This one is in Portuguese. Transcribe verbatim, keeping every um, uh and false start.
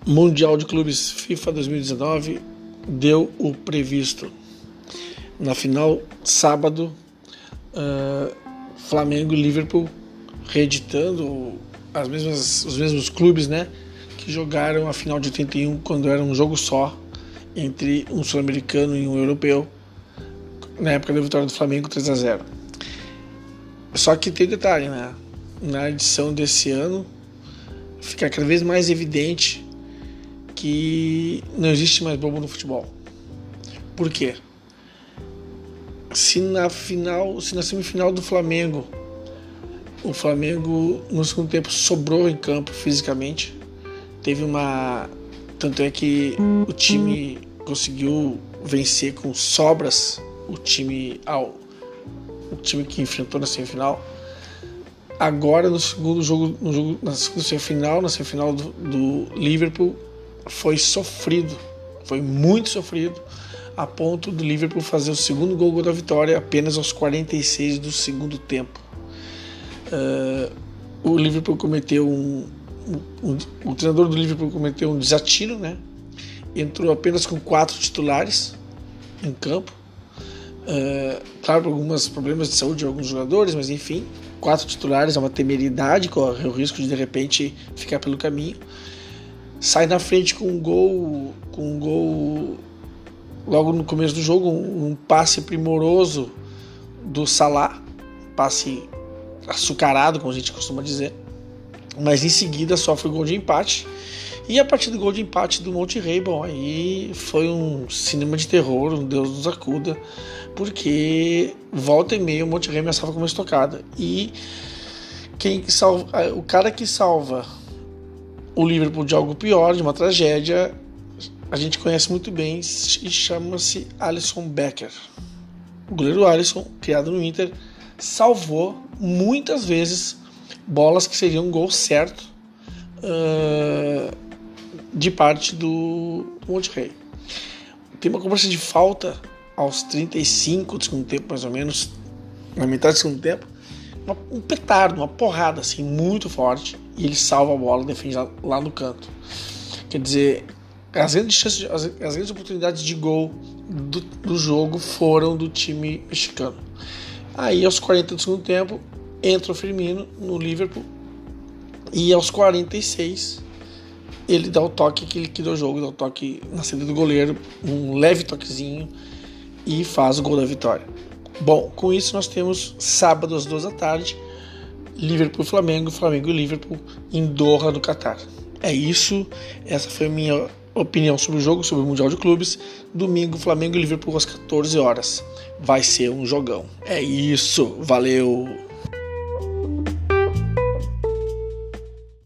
Mundial de Clubes FIFA dois mil e dezenove deu o previsto. Na final, sábado, uh, Flamengo e Liverpool reeditando as mesmas, os mesmos clubes, né, que jogaram a final de oitenta e um, quando era um jogo só entre um sul-americano e um europeu, na época da vitória do Flamengo três a zero. Só que tem detalhe, né? Na edição desse ano fica cada vez mais evidente que não existe mais bobo no futebol. Por quê? Se na final, se na semifinal do Flamengo, o Flamengo no segundo tempo sobrou em campo fisicamente, teve uma, tanto é que o time conseguiu vencer com sobras o time ao o time que enfrentou na semifinal. Agora no segundo jogo, no jogo na segunda semifinal, na semifinal do, do Liverpool, foi sofrido, foi muito sofrido, a ponto do Liverpool fazer o segundo gol da vitória apenas aos quarenta e seis do segundo tempo. Uh, o Liverpool cometeu um, um, um o treinador do Liverpool cometeu um desatino, né? Entrou apenas com quatro titulares em campo. Uh, claro, alguns problemas de saúde de alguns jogadores, mas enfim, quatro titulares é uma temeridade, corre o risco de de repente ficar pelo caminho. Sai na frente com um gol, com um gol logo no começo do jogo, um, um passe primoroso do Salah, passe açucarado, como a gente costuma dizer, mas em seguida sofre o gol de empate. E a partir do gol de empate do Monterrey, bom, aí foi um cinema de terror, um Deus nos acuda, porque volta e meia o Monterrey ameaçava com uma estocada. E quem salva, o cara que salva o Liverpool de algo pior, de uma tragédia, a gente conhece muito bem e chama-se Alisson Becker. O goleiro Alisson, criado no Inter, salvou muitas vezes bolas que seriam um gol certo uh, de parte do Monterrey. Tem uma cobrança de falta aos trinta e cinco do segundo tempo, mais ou menos, na metade do segundo tempo, uma, um petardo, uma porrada assim, muito forte, e ele salva a bola, defende lá, lá no canto. Quer dizer, as grandes, chances, as, as grandes oportunidades de gol do, do jogo foram do time mexicano. Aí aos quarenta do segundo tempo entra o Firmino no Liverpool, e aos quarenta e seis ele dá o toque que liquida o jogo, dá o toque na saída do goleiro, um leve toquezinho, e faz o gol da vitória. Bom, com isso nós temos sábado às duas da tarde, Liverpool e Flamengo, Flamengo e Liverpool em Doha, no Catar. É isso, essa foi a minha opinião sobre o jogo, sobre o Mundial de Clubes. Domingo, Flamengo e Liverpool às quatorze horas. Vai ser um jogão. É isso, valeu!